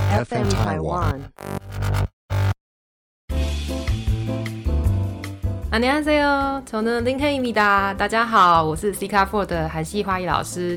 FM Taiwan。 안녕하세요，저는 링헤입니다。大家好，我是 CCAR4 的韩系花艺老师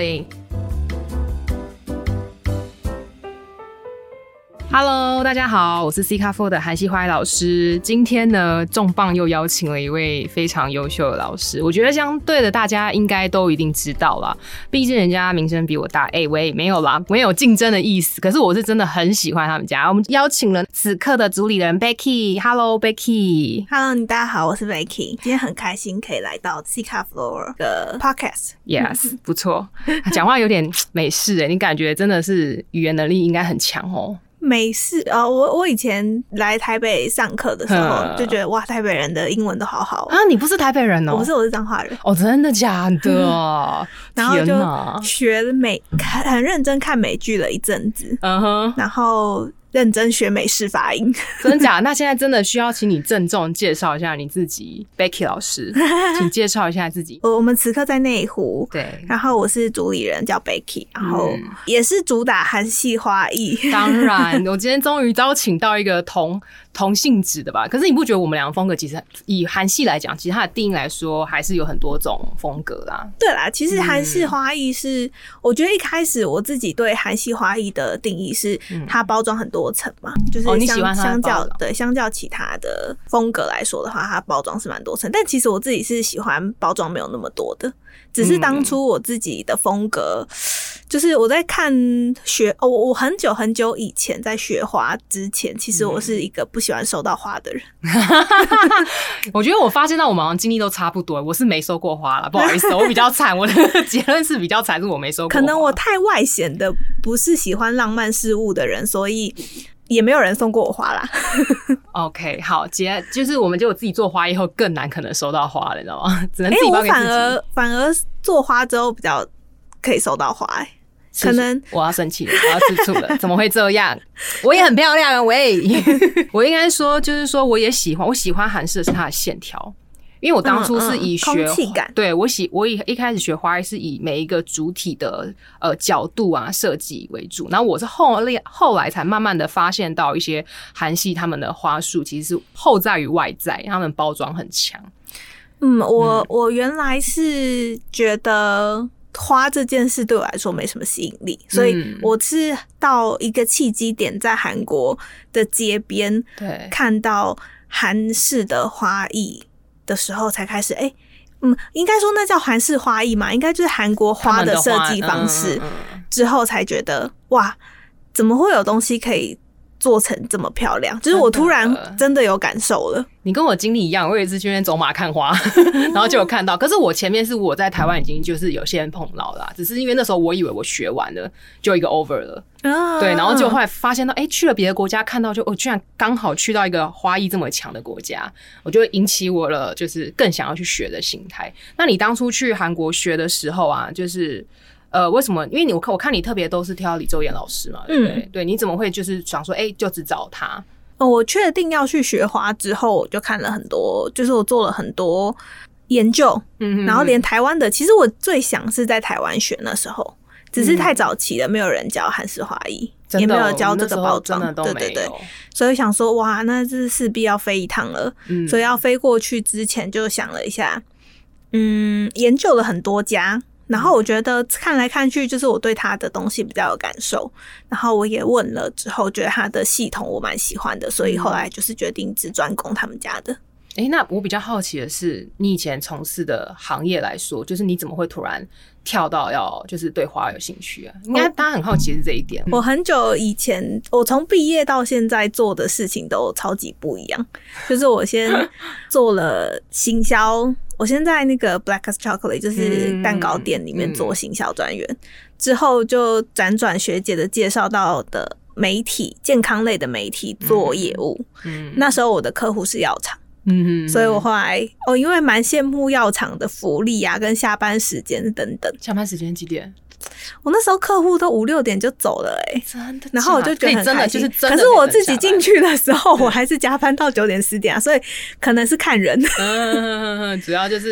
Jocelyn。Hello， 大家好，我是 CCAR4 的韩系花艺老师。今天呢，重磅又邀请了一位非常优秀的老师，我觉得相对的大家应该都一定知道啦，毕竟人家名声比我大。喂，没有啦，没有竞争的意思。可是我是真的很喜欢他们家。我们邀请了此刻的主理人 Becky。Hello Becky。Hello， 大家好，我是 Becky。今天很开心可以来到 CCAR4 的 Podcast。Yes， 不错。讲话有点美式你感觉真的是语言能力应该很强哦。 美式我以前来台北上课的时候就觉得哇，台北人的英文都好好啊！你不是台北人哦？ 我不是，我是彰化人。 哦，真的假的？ 然后就学很认真看美剧了一阵子，然后认真学美式发音。 真假？那现在真的需要请你郑重介绍一下你自己 Becky 老师，请介绍一下自己。 我们此刻在内湖， 对， 然后我是主理人叫 Becky， 然后也是主打韩系花艺。 当然，我今天终于邀请到一个同性质的吧。可是你不觉得我们两个风格其实以韩系来讲，其实它的定义来说还是有很多种风格啦。 对啦，其实韩式花艺是，我觉得一开始我自己对韩系花艺的定义是它包装很多层嘛，就是相较其他的风格来说的话，它包装是蛮多层。但其实我自己是喜欢包装没有那么多的，只是当初我自己的风格，就是我在我很久很久以前在学花之前，其实我是一个不喜欢收到花的人。 我觉得我发现到我们好像经历都差不多，我是没收过花啦，不好意思，我比较惨，我的结论是比较惨，是我没收过花。 可能我太外显的不是喜欢浪漫事物的人，所以也没有人送过我花啦。 OK， 好，就是我们就自己做花以后更难可能收到花了，你知道吗？只能自己包给自己。 我反而做花之后比较可以收到花可能我要生气了，我要吃醋了，怎么会这样？我也很漂亮啊，喂！我应该说，就是说，我喜欢韩式的是它的线条。因为我当初是以空气感， 对我一开始学花艺是以每一个主体的角度啊设计为主，然后我是后来才慢慢的发现到一些韩系他们的花束其实是后在于外在，他们包装很强。 我原来是觉得花这件事对我来说没什么吸引力，所以我是到一个契机点，在韩国的街边看到韩式的花艺的时候才开始应该说那叫韩式花艺嘛，应该就是韩国花的设计方式，之后才觉得哇，怎么会有东西可以做成这么漂亮，就是我突然真的有感受了。 你跟我经历一样，我也是去那边走马看花然后就有看到，可是我前面是我在台湾已经就是有些人碰到了只是因为那时候我以为我学完了就一个 over 了对，然后就后来发现到去了别的国家看到就居然刚好去到一个花艺这么强的国家，我就引起我了就是更想要去学的心态。那你当初去韩国学的时候啊，就是为什么？因为我看你特别都是挑李周妍老师嘛，对不对？对，你怎么会就是想说就只找他？ 我确定要去学花之后，我就看了很多，就是我做了很多研究，然后连台湾的，其实我最想是在台湾学那时候，只是太早期了，没有人教韩式花艺，也没有教这个包装，对，所以想说哇，那这势必要飞一趟了，所以要飞过去之前就想了一下，研究了很多家。然后我觉得看来看去就是我对他的东西比较有感受，然后我也问了之后觉得他的系统我蛮喜欢的，所以后来就是决定只专攻他们家的。 那我比较好奇的是你以前从事的行业来说，就是你怎么会突然跳到要就是对花有兴趣啊？应该大家很好奇的是这一点。 我很久以前，我从毕业到现在做的事情都超级不一样。就是我先做了行销，我先在那个 Blackest Chocolate 就是蛋糕店里面做行销专员，之后就辗转学姐的介绍到的媒体健康类的媒体做业务。那时候我的客户是药厂。所以我后来因为蛮羡慕药厂的福利啊，跟下班时间等等。 下班时间几点？ 我那时候客户都5、6点就走了真的， 然后我就觉得很开心。 就是真的， 可是我自己进去的时候，我还是加班到9点10点所以可能是看人。 主要就是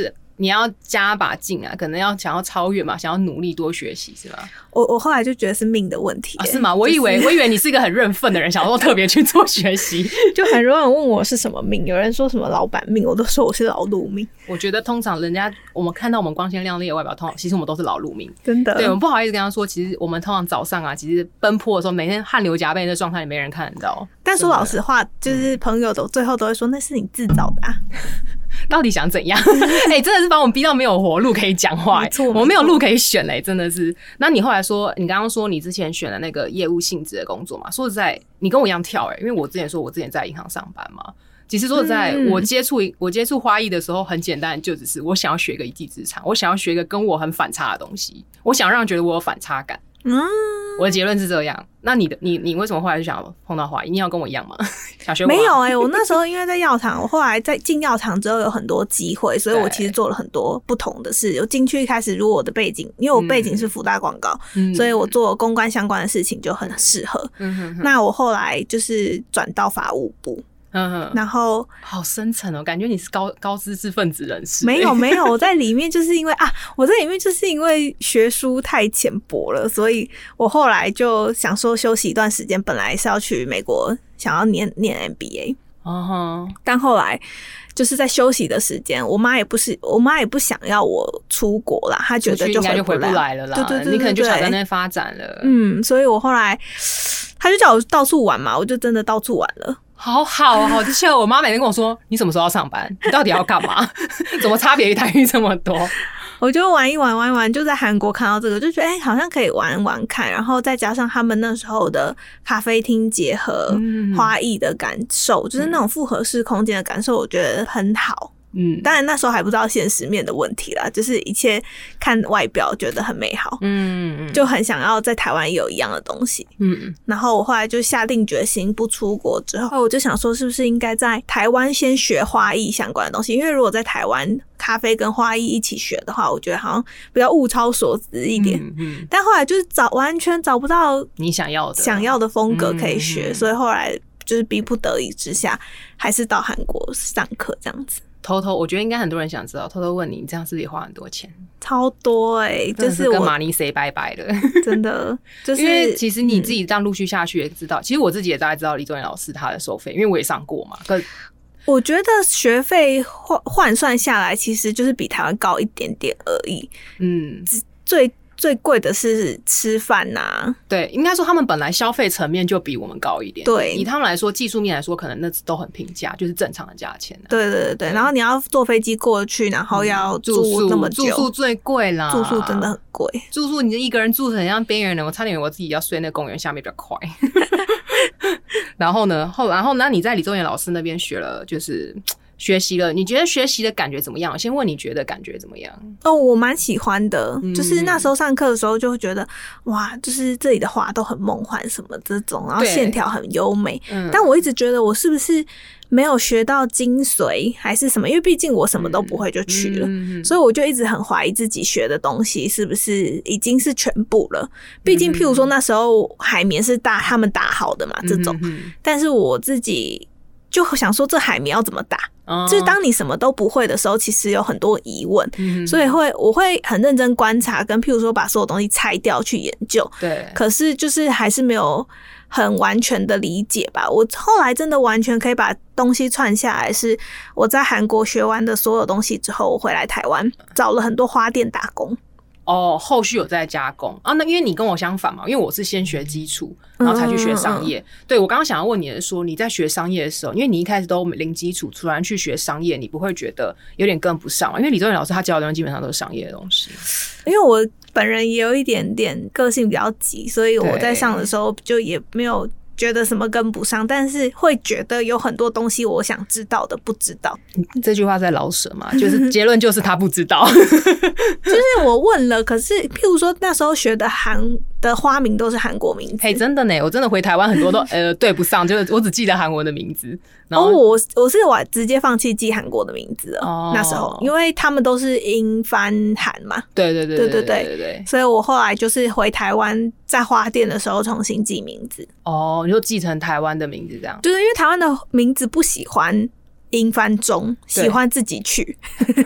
你要加把劲啊，可能想要超越嘛，想要努力多学习是吗？ 我后来就觉得是命的问题是吗？我以为你是一个很认份的人，想说特别去做学习。 就很多人问我是什么命，有人说什么老板命，我都说我是劳碌命。 我觉得通常我们看到我们光鲜亮丽的外表，通常其实我们都是劳碌命， 真的。 对，我们不好意思跟他说，其实我们通常早上啊，其实奔波的时候，每天汗流浃背的状态，也没人看得到。 但说老实话，就是朋友都最后都会说那是你自找的啊。 到底想怎样？真的是把我们逼到没有活路可以讲话，我们没有路可以选真的是。那你后来说，你刚刚说你之前选了那个业务性质的工作嘛？说实在，你跟我一样跳因为我之前说我之前在银行上班嘛。其实说实在，我接触花艺的时候很简单，就只是我想要学一个一技之长，我想要学一个跟我很反差的东西，我想让人觉得我有反差感。我的结论是这样。那你为什么后来就想要碰到花艺？你要跟我一样吗？想学？ 没有我那时候因为在药厂，我后来在进药厂之后有很多机会，所以我其实做了很多不同的事。我进去一开始，如果我的背景，因为我背景是福大广告，所以我做公关相关的事情就很适合。那我后来就是转到法务部。然后好深层感觉你是高知识分子人士。 没有，我在里面就是因为我在里面就是因为学书太浅薄了，所以我后来就想说休息一段时间，本来是要去美国想要念 MBA，但后来就是在休息的时间，我妈也不想要我出国啦，她觉得应该就回不来了啦。对，你可能就想在那边发展了。 所以我后来她就叫我到处玩嘛，我就真的到处玩了。 好好的，我妈每天跟我说：“你什么时候要上班？你到底要干嘛？怎么差别待遇这么多？” 我就玩一玩，就在韩国看到这个，就觉得好像可以玩玩看，然后再加上他们那时候的咖啡厅结合花艺的感受，就是那种复合式空间的感受，我觉得很好。当然那时候还不知道现实面的问题啦，就是一切看外表觉得很美好，就很想要在台湾也有一样的东西。然后我后来就下定决心不出国之后，我就想说是不是应该在台湾先学花艺相关的东西，因为如果在台湾咖啡跟花艺一起学的话，我觉得好像比较物超所值一点。但后来就是完全找不到你想要的风格可以学，所以后来就是逼不得已之下，还是到韩国上课这样子。 偷偷，我觉得应该很多人想知道，偷偷问你这样是不是也花很多钱？ 超多就是跟马尼say拜拜了， 真的。就是因为其实你自己这样陆续下去也知道，其实我自己也大概知道李宗元老师他的收费，因为我也上过嘛。 我觉得学费换算下来，其实就是比台湾高一点点而已。最贵的是吃饭啊。 对，应该说他们本来消费层面就比我们高一点。 对， 以他们来说，技术面来说，可能那都很平价，就是正常的价钱。 对，然后你要坐飞机过去，然后要住那么久， 住宿最贵啦。 住宿真的很贵， 住宿你一个人住很像边缘人，我差点以为我自己要睡那公园下面比较快。然后呢，那你在李宗元老师那边学了，就是学习了，你觉得学习的感觉怎么样？我先问你觉得感觉怎么样？ 我蛮喜欢的，就是那时候上课的时候就会觉得哇，就是这里的画都很梦幻什么这种，然后线条很优美。但我一直觉得我是不是没有学到精髓还是什么？因为毕竟我什么都不会就去了，所以我就一直很怀疑自己学的东西是不是已经是全部了。毕竟譬如说那时候海绵是他们打好的嘛，这种，但是我自己就想说这海绵要怎么打？就是当你什么都不会的时候，其实有很多疑问，所以我会很认真观察，跟譬如说把所有东西拆掉去研究。 对， 可是就是还是没有很完全的理解吧。我后来真的完全可以把东西串下来，是我在韩国学完的所有东西之后，我回来台湾找了很多花店打工。 后续有在加工啊？那因为你跟我相反嘛，因为我是先学基础，然后才去学商业。对，我刚刚想要问你的说，你在学商业的时候，因为你一开始都零基础，突然去学商业，你不会觉得有点跟不上吗？因为李宗元老师他教的东西基本上都是商业的东西。 因为我本人也有一点点个性比较急，所以我在上的时候就也没有觉得什么跟不上，但是会觉得有很多东西我想知道的不知道。 这句话在老舍嘛，就是结论就是他不知道。 就是我问了，可是譬如说那时候学的韩的花名都是韩国名字。 真的呢，我真的回台湾很多都对不上，就是我只记得韩文的名字。然后我直接放弃记韩国的名字了。那时候因为他们都是英翻韩嘛。 对， 所以我后来就是回台湾在花店的时候重新记名字。 你就记成台湾的名字这样。 就是因为台湾的名字不喜欢英翻中，喜欢自己取。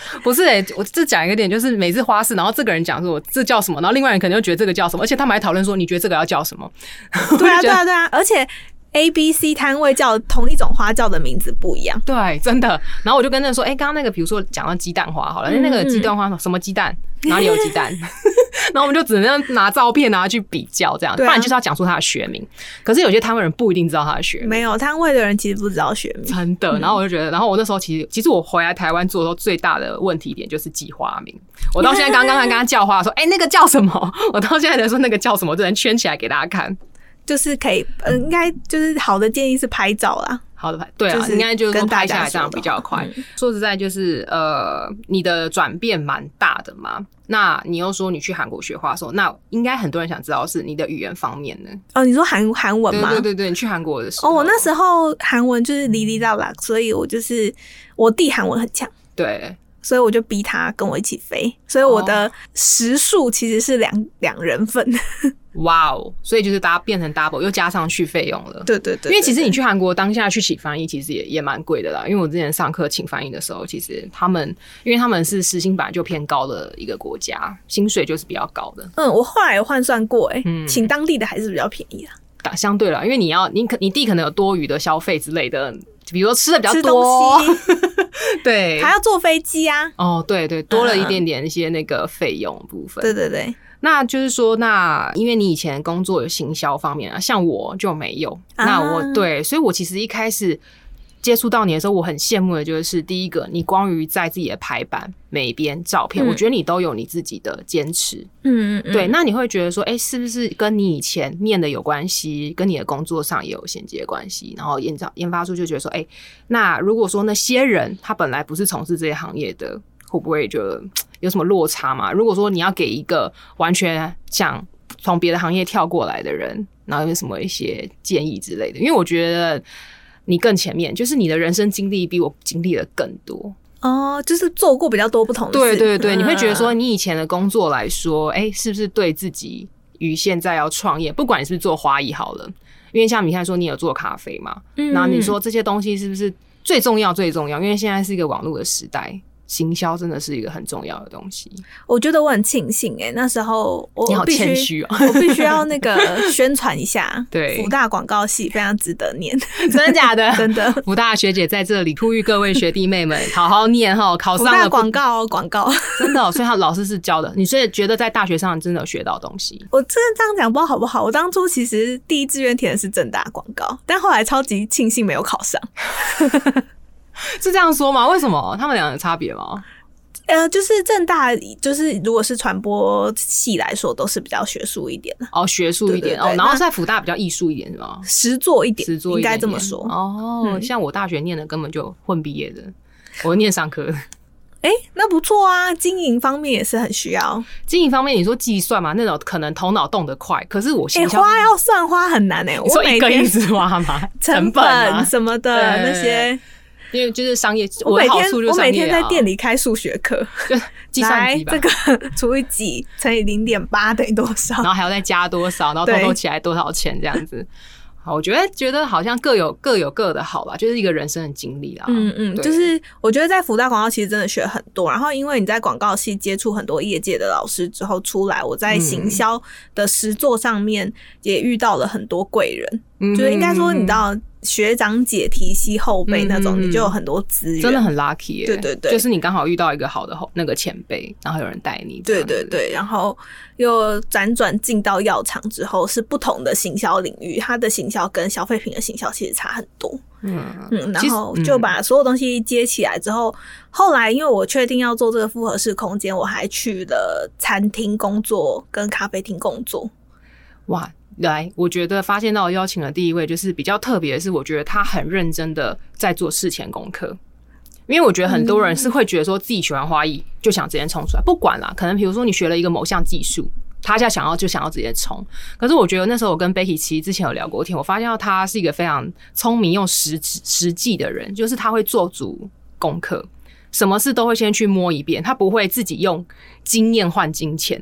不是我这讲一个点，就是每次花市，然后这个人讲说这叫什么，然后另外人可能就觉得这个叫什么，而且他们还讨论说你觉得这个要叫什么？ 对啊，对啊，对啊，而且 A、B、C 摊位叫同一种花叫的名字不一样。 对，真的。然后我就跟他说，刚刚那个比如说讲到鸡蛋花好了，那个鸡蛋花什么鸡蛋，哪里有鸡蛋？然后我们就只能拿照片去比较这样，不然就是要讲出它的学名。可是有些摊位人不一定知道它的学名， 没有摊位的人其实不知道学名， 真的。然后我就觉得，然后我那时候其实我回来台湾做的时候，最大的问题点就是记花名。我到现在刚刚跟他叫花说，那个叫什么？我到现在才说那个叫什么，只能圈起来给大家看。 就是可以，应该就是好的建议是拍照啦。 好的拍，对啊，就是应该就是说拍下来这样比较快。说实在，就是你的转变蛮大的嘛。那你又说你去韩国学花的时候，那应该很多人想知道是你的语言方面呢？ 哦，你说韩文吗？ 对对对，你去韩国的时候， 我那时候韩文就是哩哩啦啦，所以我弟韩文很强， 对。 所以我就逼他跟我一起飞，所以我的时数其实是两人份。 哇哦！所以就是大家变成 double， 又加上去费用了。 对对 对， 因为其实你去韩国当下去请翻译，其实也蛮贵的啦。因为我之前上课请翻译的时候，其实因为他们是时薪本来就偏高的一个国家，薪水就是比较高的。 我后来有换算过，请当地的还是比较便宜啦。 相对啦，因为你弟可能有多余的消费之类的，比如说吃的比较多， 吃东西对， 还要坐飞机啊。 哦，对对，多了一点点一些那个费用的部分。 对对对。 那就是说，因为你以前工作有行销方面像我就没有。对，所以我其实一开始接触到你的时候，我很羡慕的就是第一个，你光于在自己的排版每一边照片，我觉得你都有你自己的坚持。对。那你会觉得说，是不是跟你以前念的有关系，跟你的工作上也有衔接关系？然后研发出就觉得说，那如果说那些人他本来不是从事这些行业的，会不会就有什么落差嘛？如果说你要给一个完全想从别的行业跳过来的人，然后有什么一些建议之类的？因为我觉得你更前面，就是你的人生经历比我经历的更多。 就是做过比较多不同的事。 对对对，你会觉得说你以前的工作来说，是不是对自己与现在要创业，不管你是不是做花艺好了，因为像你看说你有做咖啡嘛，然后你说这些东西是不是最重要？因为现在是一个网络的时代。行销真的是一个很重要的东西。 我觉得我很庆幸那时候你好谦虚哦， 我必须要那个宣传一下。 对， 辅大广告系非常值得念。 真的假的？ 真的。 辅大学姐在这里呼吁各位学弟妹们好好念考上了。 辅大广告真的所以他老师是教的。你所以觉得在大学上真的有学到东西？ 我真的这样讲不知道好不好？我当初其实第一志愿填的是政大广告，但后来超级庆幸没有考上。 是这样说吗？为什么？他们两个有差别吗？ 就是政大，就是如果是传播系来说，都是比较学术一点的。 学术一点。然后在辅大比较艺术一点是吗？ 实作一点，应该这么说。 像我大学念的根本就混毕业的，我念商科的。 那不错啊，经营方面也是很需要。 经营方面，你说计算嘛，那种可能头脑动得快，可是我花要算花很难我每天一直花嘛， 成本什么的那些。 因为就是商业， 我每天在店里开数学课， 就计算机吧。 这个除以几乘以 0.8 等于多少？ 然后还要再加多少？然后偷起来多少钱这样子？好，我觉得好像各有各的好吧，就是一个人生的经历啦。 就是我觉得在辅大广告其实真的学很多，然后因为你在广告系接触很多业界的老师之后出来，我在行销的实作上面也遇到了很多贵人，就是应该说你知道。学长姐提携后辈那种，你就有很多资源， 真的很 lucky 对对对， 就是你刚好遇到一个好的那个前辈，然后有人带你， 对对对，然后又辗转进到药厂之后，是不同的行销领域，它的行销跟消费品的行销其实差很多。然后就把所有东西接起来之后，后来因为我确定要做这个复合式空间，我还去了餐厅工作跟咖啡厅工作。 哇！来，我觉得发现到邀请的第一位就是比较特别的是，我觉得他很认真的在做事前功课，因为我觉得很多人是会觉得说自己学完花艺就想直接冲出来，不管啦，可能比如说你学了一个某项技术，他就想要直接冲。可是我觉得那时候我跟 Becky 其实之前有聊过天，我发现到他是一个非常聪明用实际的人，就是他会做足功课，什么事都会先去摸一遍，他不会自己用经验换金钱。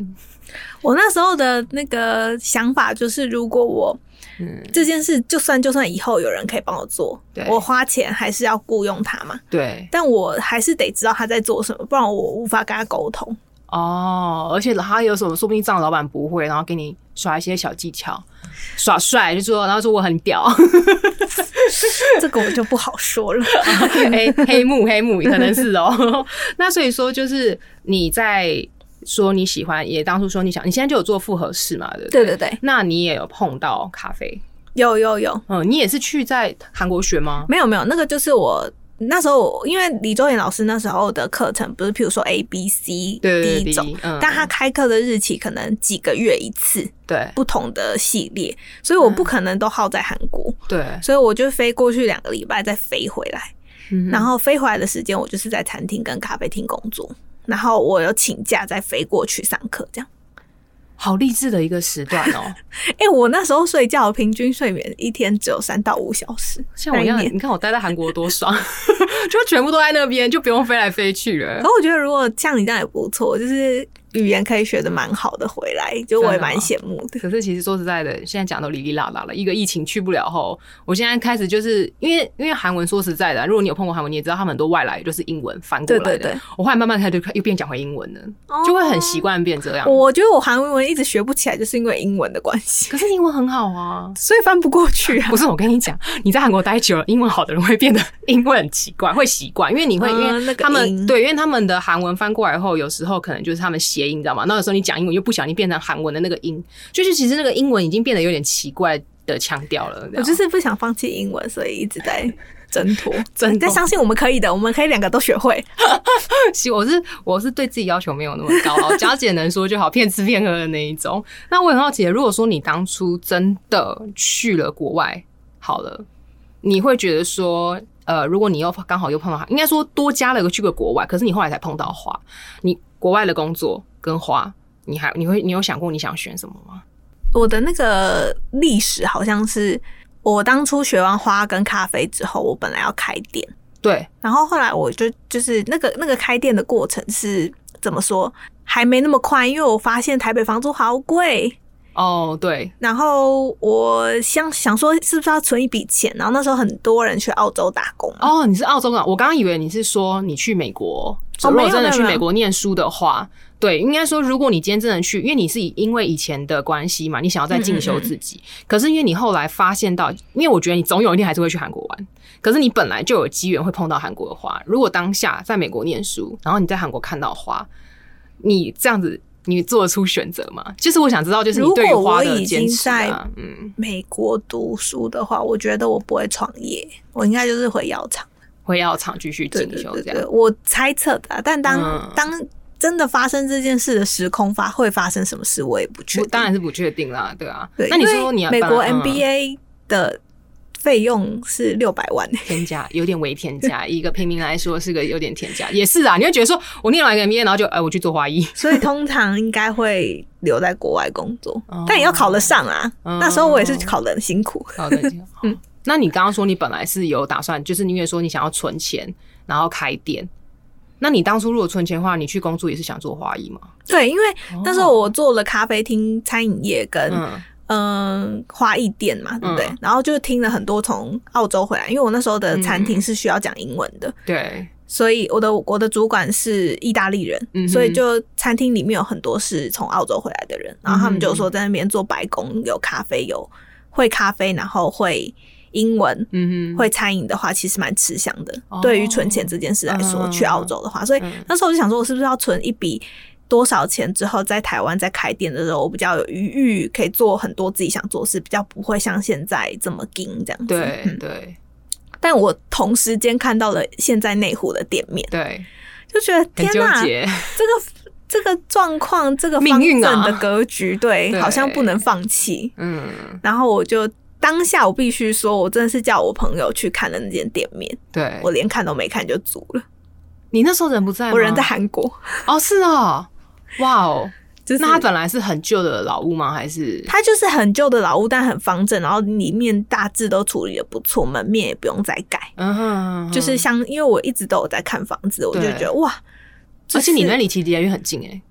我那时候的那个想法就是，如果我这件事就算以后有人可以帮我做，我花钱还是要雇佣他嘛。 对， 但我还是得知道他在做什么，不然我无法跟他沟通。 哦，而且他有什么，说不定这样老板不会，然后给你耍一些小技巧，耍帅就说，然后说我很屌， 这个我就不好说了。 黑幕可能是哦。那所以说，就是你在说你喜欢，也当初说你想，你现在就有做复合式嘛？对不对？ 对。 那你也有碰到咖啡？ 有。 你也是去在韩国学吗？ 没有，那个就是我。那时候因为李周妍老师那时候的课程不是譬如说 A、B、C 第一种，但他开课的日期可能几个月一次，对，不同的系列，所以我不可能都耗在韩国，对，所以我就飞过去2个礼拜再飞回来，然后飞回来的时间我就是在餐厅跟咖啡厅工作，然后我有请假再飞过去上课，这样。 好励志的一个时段哦！ 我那时候睡觉平均睡眠一天只有3到5小时， 像我一样，你看我待在韩国多爽，就全部都在那边，就不用飞来飞去了。 可我觉得如果像你这样也不错，就是语言可以学得蛮好的回来，就我也蛮羡慕的。 可是其实说实在的，现在讲都哩哩啦啦了。一个疫情去不了后，我现在开始就是因为韩文，说实在的，如果你有碰过韩文，你也知道他们很多外来就是英文翻过来的。对。我后来慢慢开始又变讲回英文了，就会很习惯变这样。 我觉得我韩文一直学不起来，就是因为英文的关系。 可是英文很好啊， 所以翻不过去啊。 不是，我跟你讲，你在韩国待久了，英文好的人会变得英文很奇怪，会习惯，因为你会因为他们对，因为他们的韩文翻过来后，有时候可能就是他们谐音，你知道吗？那有时候你讲英文又不小心变成韩文的那个音，就是其实那个英文已经变得有点奇怪的腔调了。 我就是不想放弃英文，所以一直在挣脱。但相信我们可以的，我们可以2个都学会。我是对自己要求没有那么高，假姐能说就好，骗吃骗喝的那一种。那我很好奇，如果说你当初真的去了国外，好了，你会觉得说，如果你又刚好又碰到，应该说多加了去个国外，可是你后来才碰到花，你国外的工作跟花。你有想过你想选什么吗？我的那个历史好像是我当初学完花跟咖啡之后，我本来要开店，对，然后后来我就是那个开店的过程是怎么说，还没那么快，因为我发现台北房租好贵。哦，对，然后我想说是不是要存一笔钱，然后那时候很多人去澳洲打工。哦，你是澳洲啊？我刚刚以为你是说你去美国，如果真的去美国念书的话，对，应该说如果你今天真的去，因为你是因为以前的关系嘛，你想要再进修自己，可是因为你后来发现到，因为我觉得你总有一天还是会去韩国玩，可是你本来就有机缘会碰到韩国的花，如果当下在美国念书，然后你在韩国看到花，你这样子你做得出选择吗？就是我想知道，就是你对于花的坚持啊。如果我已经在美国读书的话，我觉得我不会创业，我应该就是回药厂，继续进修这样。对，我猜测的啊，但当真的发生这件事的时空会发生什么事，我也不确定。当然是不确定啦，对啊。对，那你说你美国 MBA 的费用是600万，天价，有点微天价。以一个平民来说，是个有点天价。也是啊，你会觉得说，我念了一个 MBA， 然后就我去做花艺，所以通常应该会留在国外工作，但也要考得上啊。那时候我也是考得很辛苦，考得很辛苦。那你刚刚说你本来是有打算，就是你也说你想要存钱，然后开店。那你当初如果存钱的话，你去工作也是想做花艺吗？对，因为那时候我做了咖啡厅、餐饮业跟花艺店嘛，对不对？然后就听了很多从澳洲回来，因为我那时候的餐厅是需要讲英文的，对，所以我的主管是意大利人，所以就餐厅里面有很多是从澳洲回来的人，然后他们就说在那边做白工，有咖啡，有会咖啡，然后会英文，会餐饮的话其实蛮吃香的，对于存钱这件事来说，去澳洲的话，所以那时候我就想说，我是不是要存一笔多少钱之后，在台湾在开店的时候，我比较有余裕，可以做很多自己想做的事，比较不会像现在这么紧这样子。对对。但我同时间看到了现在内湖的店面，对，就觉得天哪，这个状况，这个方正的格局，对，好像不能放弃。然后我就。当下我必须说，我真的是叫我朋友去看了那间店面，对，我连看都没看就租了。你那时候人不在吗？我人在韩国。哦，是哦，哇哦，就是那它本来是很旧的老屋吗？还是它就是很旧的老屋，但很方正，然后里面大致都处理得不错，门面也不用再改。就是因为我一直都有在看房子，我就觉得哇，而且你那里其实离很近欸。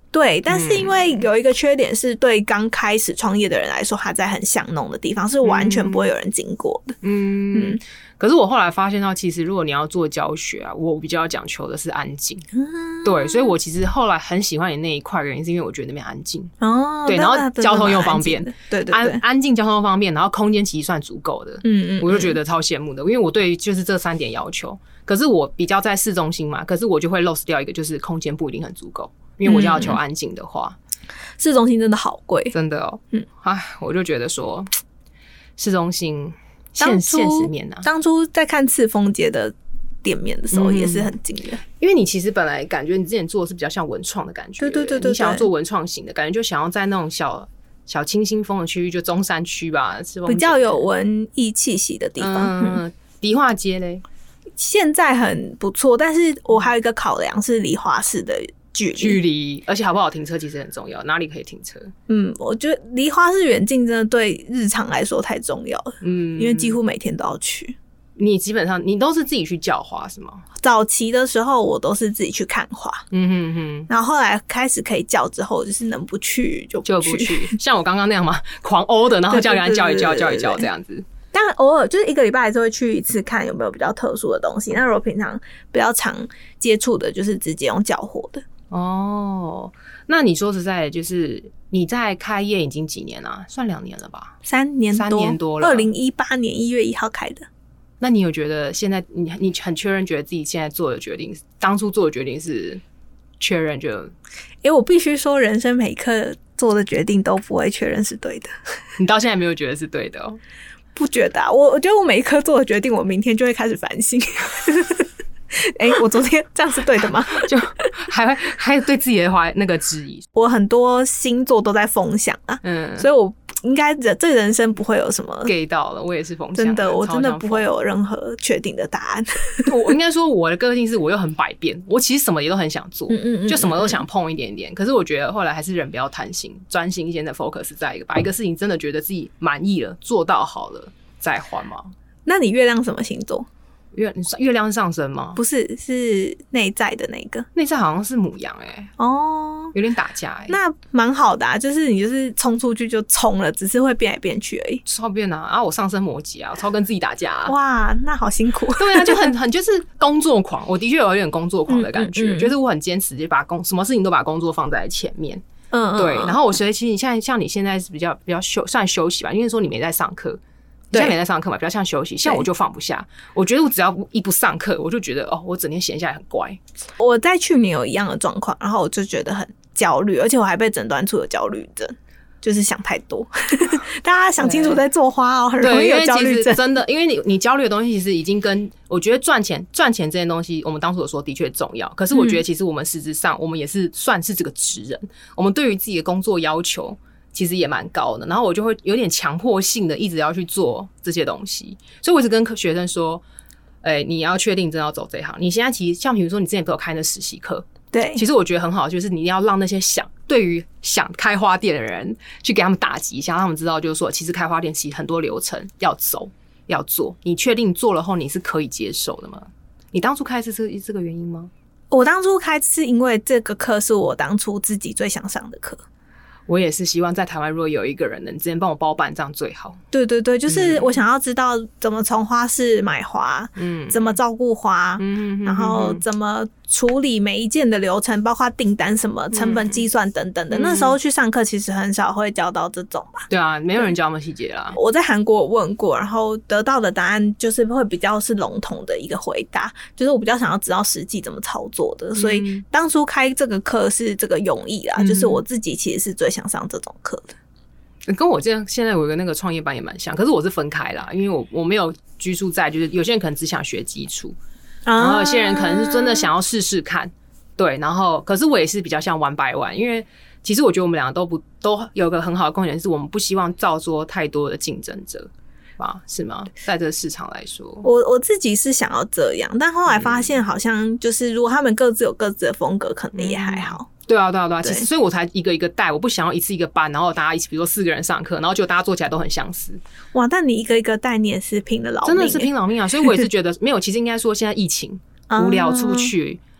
对，但是因为有一个缺点是对刚开始创业的人来说，他在很巷弄的地方是完全不会有人经过的。 可是我后来发现到，其实如果你要做教学啊，我比较讲求的是安静。对，所以我其实后来很喜欢你那一块原因，是因为我觉得那边安静。对，然后交通又方便， 对， 安静交通方便，然后空间其实算足够的。我就觉得超羡慕的，因为我对就是这3点要求。可是我比较在市中心嘛，可是我就会 lose 掉一个，就是空间不一定很足够。因为我要求安静的话， 市中心真的好贵， 真的哦。我就觉得说，市中心现实面啊， 当初在看赤峰街的店面的时候也是很惊人， 因为你其实本来感觉你之前做的是比较像文创的感觉，对，你想要做文创型的感觉，就想要在那种小清新风的区域，就中山区吧， 比较有文艺气息的地方。 迪化街嘞， 现在很不错，但是我还有一个考量是离华市的距离， 而且好不好停车其实很重要，哪里可以停车？ 我觉得离花市远近真的对日常来说太重要了。因为几乎每天都要去。 你基本上你都是自己去叫花是吗？ 早期的时候我都是自己去看花，然后后来开始可以叫之后，就是能不去就不去。 像我刚刚那样嘛，狂欧的，然后叫人家叫一叫这样子。 当然偶尔就是1个礼拜还是会去一次，看有没有比较特殊的东西。那如果平常比较常接触的，就是直接用叫货的。 那你说实在的，就是你在开业已经几年了？算2年了吧 ？3年多了。2018年1月1号开的。 那你有觉得现在你很确认，觉得自己现在做的决定，当初做的决定是确认就？ 我必须说，人生每一刻做的决定都不会确认是对的。 你到现在没有觉得是对的哦？ 不觉得啊，我觉得我每一刻做的决定，我明天就会开始反省。我昨天这样是对的吗？ 就还有对自己的话那个质疑。 我很多星座都在风向啊，所以我应该这人生不会有什么 get 到了。我也是风向， 真的，我真的不会有任何确定的答案。 我应该说我的个性是我又很百变，我其实什么也都很想做，就什么都想碰一点点。可是我觉得后来还是人不要贪心，专心先的 focus 在把一个事情真的觉得自己满意了，做到好了再换嘛。 那你月亮什么星座？ 月亮上升吗？ 不是，是内在的那个。 内在好像是牡羊有点打架那蛮好的啊，就是你就是冲出去就冲了，只是会变来变去而已。 超变啊！我上升摩羯啊，我超跟自己打架啊。 哇，那好辛苦。 对啊，就很就是工作狂，我的确有点工作狂的感觉，就是我很坚持，就把什么事情都把工作放在前面。对。然后我其实你现在像你现在是比较算休息吧，因为说你没在上课。你现在没在上课嘛，比较像休息。像我就放不下，我觉得我只要一不上课，我就觉得我整天闲下来很乖。 我在去年有一样的状况，然后我就觉得很焦虑，而且我还被诊断出有焦虑症，就是想太多。大家想清楚再做花很容易有焦虑症。 真的，因为你焦虑的东西其实已经跟我觉得赚钱这件东西，我们当初有说的确重要。可是我觉得其实我们实质上我们也是算是这个职人，我们对于自己的工作要求其实也蛮高的，然后我就会有点强迫性的一直要去做这些东西，所以我一直跟学生说，你要确定真的要走这一行。你现在其实像比如说你之前不有开那实习课， 对， 其实我觉得很好，就是你要让那些对于想开花店的人去给他们打击一下，让他们知道就是说，其实开花店其实很多流程要走要做，你确定做了后你是可以接受的吗？你当初开是这个原因吗？ 我当初开是因为这个课是我当初自己最想上的课。 我也是希望在台湾如果有一个人能直接帮我包办，这样最好。 对对对，就是我想要知道怎么从花市买花，怎么照顾花，然后怎么处理每一件的流程，包括订单什么成本计算等等的。那时候去上课其实很少会教到这种吧。 对啊，没有人教那么细节啦。 我在韩国问过，然后得到的答案就是会比较是笼统的一个回答，就是我比较想要知道实际怎么操作的。所以当初开这个课是这个用意啦，就是我自己其实是最想上这种课的。 跟我现在有一个那个创业班也蛮像，可是我是分开啦，因为我没有拘束在，就是有些人可能只想学基础，然后有些人可能是真的想要试试看，对，然后可是我也是比较像one by one，因为其实我觉得我们两个都有一个很好的共点，是我们不希望造作太多的竞争者吧，是吗？在这个市场来说， 我自己是想要这样，但后来发现好像就是如果他们各自有各自的风格，可能也还好。 对啊，其实所以我才一个一个带，我不想要一次一个班，然后大家一起，比如说4个人上课，然后就大家做起来都很相似。 哇，但你一个一个带，你也是拼了老命， 真的是拼老命啊！所以我也是觉得没有，其实应该说现在疫情无聊出去，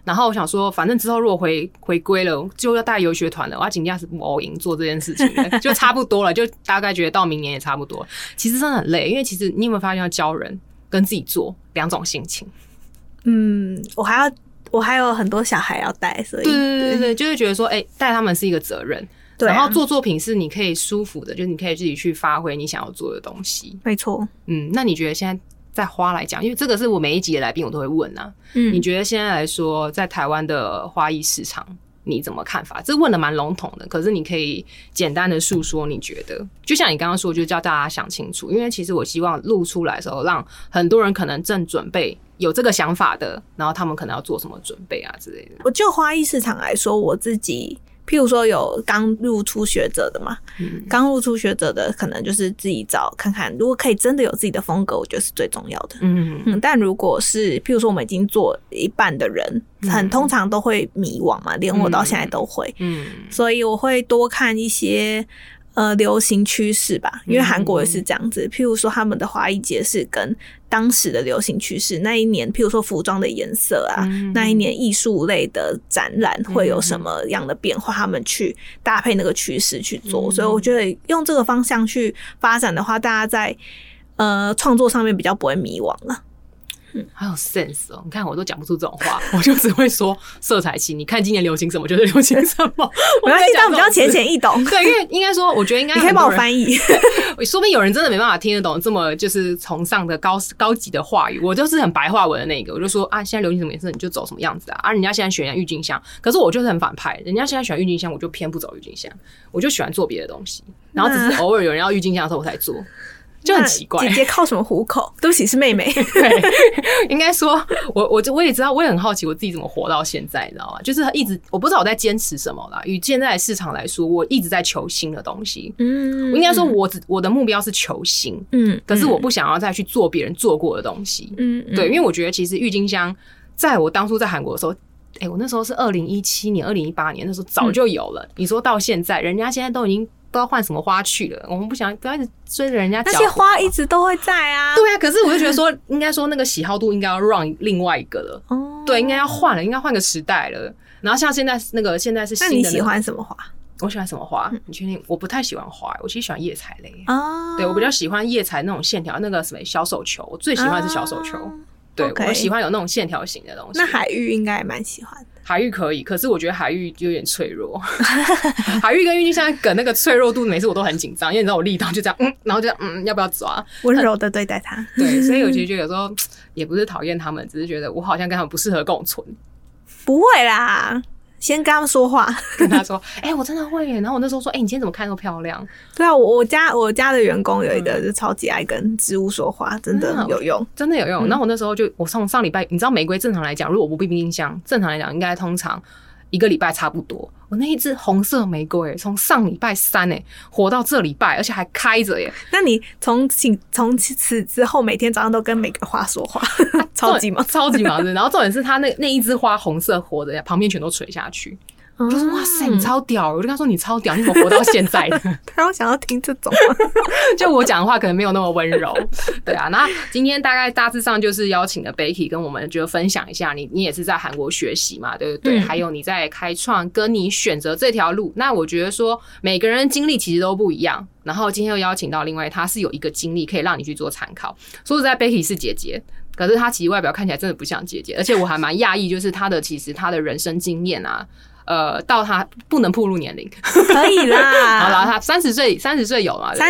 然后我想说，反正之后如果回归了，就要带游学团了，我要请假是不赢做这件事情的，就差不多了，就大概觉得到明年也差不多了。其实真的很累，因为其实你有没有发现，要教人跟自己做两种心情？ 我还有很多小孩要带，所以对，就会觉得说，带他们是一个责任。对啊，然后做作品是你可以舒服的，就是你可以自己去发挥你想要做的东西。 没错。 那你觉得现在在花来讲，因为这个是我每一集的来宾我都会问啊，你觉得现在来说，在台湾的花艺市场你怎么看法？这问的蛮笼统的，可是你可以简单的述说，你觉得就像你刚刚说，就叫大家想清楚，因为其实我希望录出来的时候，让很多人可能正准备有这个想法的，然后他们可能要做什么准备啊之类的。 我就花艺市场来说，我自己譬如说有刚入初学者的嘛，刚入初学者的可能就是自己找看看，如果可以真的有自己的风格，我觉得是最重要的。但如果是譬如说我们已经做一半的人，通常都会迷惘嘛，连我到现在都会。所以我会多看一些流行趋势吧，因为韩国也是这样子。譬如说他们的花艺节是跟当时的流行趋势，那一年譬如说服装的颜色啊，那一年艺术类的展览会有什么样的变化，他们去搭配那个趋势去做。所以我觉得用这个方向去发展的话，大家在创作上面比较不会迷惘了。 还有 sense 哦！你看我都讲不出这种话，我就只会说色彩系。你看今年流行什么就是流行什么， 没关系，这样比较浅显易懂。 对，因为应该说，我觉得应该你可以帮我翻译。 说不定有人真的没办法听得懂这么就是崇尚的高级的话语，我就是很白话文的那个，我就说啊，现在流行什么颜色你就走什么样子啊，人家现在选郁金香，可是我就是很反派，人家现在喜欢郁金香，我就偏不走郁金香，我就喜欢做别的东西，然后只是偶尔有人要郁金香的时候我才做。就很奇怪， 姐姐靠什么糊口？对不起，是妹妹。 对，应该说，我也知道，我也很好奇我自己怎么活到现在，你知道吗？就是一直我不知道我在坚持什么啦。以现在的市场来说，我一直在求新的东西。我应该说我的目标是求新。可是我不想要再去做别人做过的东西。对，因为我觉得其实郁金香，在我当初在韩国的时候。我那时候是2017年、2018年，那时候早就有了。你说到现在，人家现在都已经不知道换什么花去了，我们不要一直追着人家脚。 那些花一直都会在啊。 对啊，可是我就觉得说，应该说那个喜好度应该要让另外一个了。对，应该要换了，应该换个时代了。然后像现在现在是新的。 那你喜欢什么花？ 我喜欢什么花？你确定？我不太喜欢花，我其实喜欢叶材类。对，我比较喜欢叶材那种线条，那个什么小手球，我最喜欢是小手球。对，我喜欢有那种线条型的东西。 那海芋应该也蛮喜欢的。 海芋可以，可是我觉得海芋有点脆弱。海芋跟郁金香梗那个脆弱度，每次我都很紧张，因为你知道我力道就这样，然后就要不要抓？ 温柔的对待它。 对，所以我其实觉得有时候也不是讨厌他们，只是觉得我好像跟他们不适合共存。 不会啦。先跟他们说话， 跟他说，我真的会耶。然后我那时候说，你今天怎么看那么漂亮？ 对啊，我家的员工有一个就超级爱跟植物说话，真的有用， 真的有用。然后我那时候我从上礼拜，你知道玫瑰正常来讲，如果我不冰冰箱，正常来讲应该通常1个礼拜差不多。我那一支红色玫瑰从上礼拜3活到这礼拜，而且还开着耶。 那你从此之后每天早上都跟每个花说话，超级忙， 超级忙的。然后重点是他那一枝花红色活的，旁边全都垂下去。我就说哇塞，你超屌！我就跟他说你超屌，你怎么活到现在的？ 他要想要听这种， 就我讲的话可能没有那么温柔，对啊。那今天大致上就是邀请了 Becky 跟我们就分享一下，你也是在韩国学习嘛，对不对？还有你在开创，跟你选择这条路。那我觉得说每个人经历其实都不一样。然后今天又邀请到另外他是有一个经历可以让你去做参考。说实在 ，Becky 是姐姐。可是她其实外表看起来真的不像姐姐，而且我还蛮讶异，就是其实她的人生经验啊，到她不能暴露年龄， 可以啦。 好啦，她30岁有嘛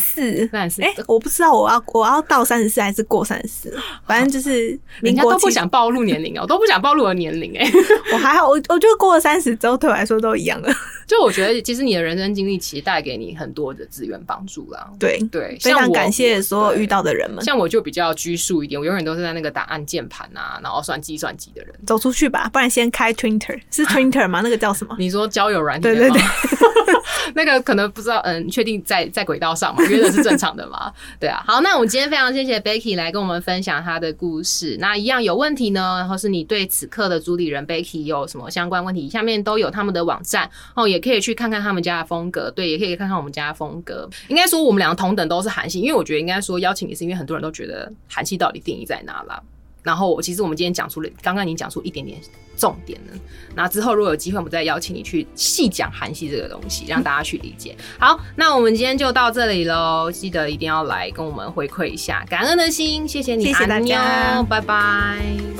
？34，我不知道我要到34还是过34，反正就是人家都不想暴露年龄我都不想暴露我的年龄我还好，我觉得过了30之后对我来说都一样了。 就我觉得其实你的人生经历其实带给你很多的资源帮助啦。 对，非常感谢所有遇到的人们。 像我就比较拘束一点，我永远都是在那个打按键盘啊，然后算计算机的人。 走出去吧，不然先开 Twitter， 是 Twitter 吗？那个叫什么？ 你说交友软体？对。那个可能不知道，确定在轨道上嘛？约的是正常的嘛？对啊。好，那我们今天非常谢谢 Becky 来跟我们分享她的故事。那一样有问题呢，或是你对此刻的主理人 Becky 有什么相关问题，下面都有他们的网站也可以去看看他们家的风格，对，也可以看看我们家的风格。应该说我们两个同等都是韩系，因为我觉得应该说邀请你是因为很多人都觉得韩系到底定义在哪啦。 然后其实我们今天讲出了，刚刚已经讲出一点点重点了。那之后如果有机会，我们再邀请你去细讲韩系这个东西，让大家去理解。好，那我们今天就到这里喽，记得一定要来跟我们回馈一下，感恩的心，谢谢你， 谢谢大家， 拜拜。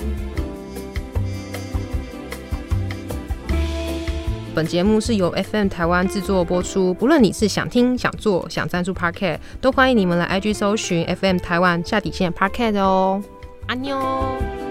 本节目是由 FM 台湾制作播出，不论你是想听、想做、想赞助 Podcast， 都欢迎你们来 IG 搜寻 FM 台湾下底线 Podcast 哦。安妞。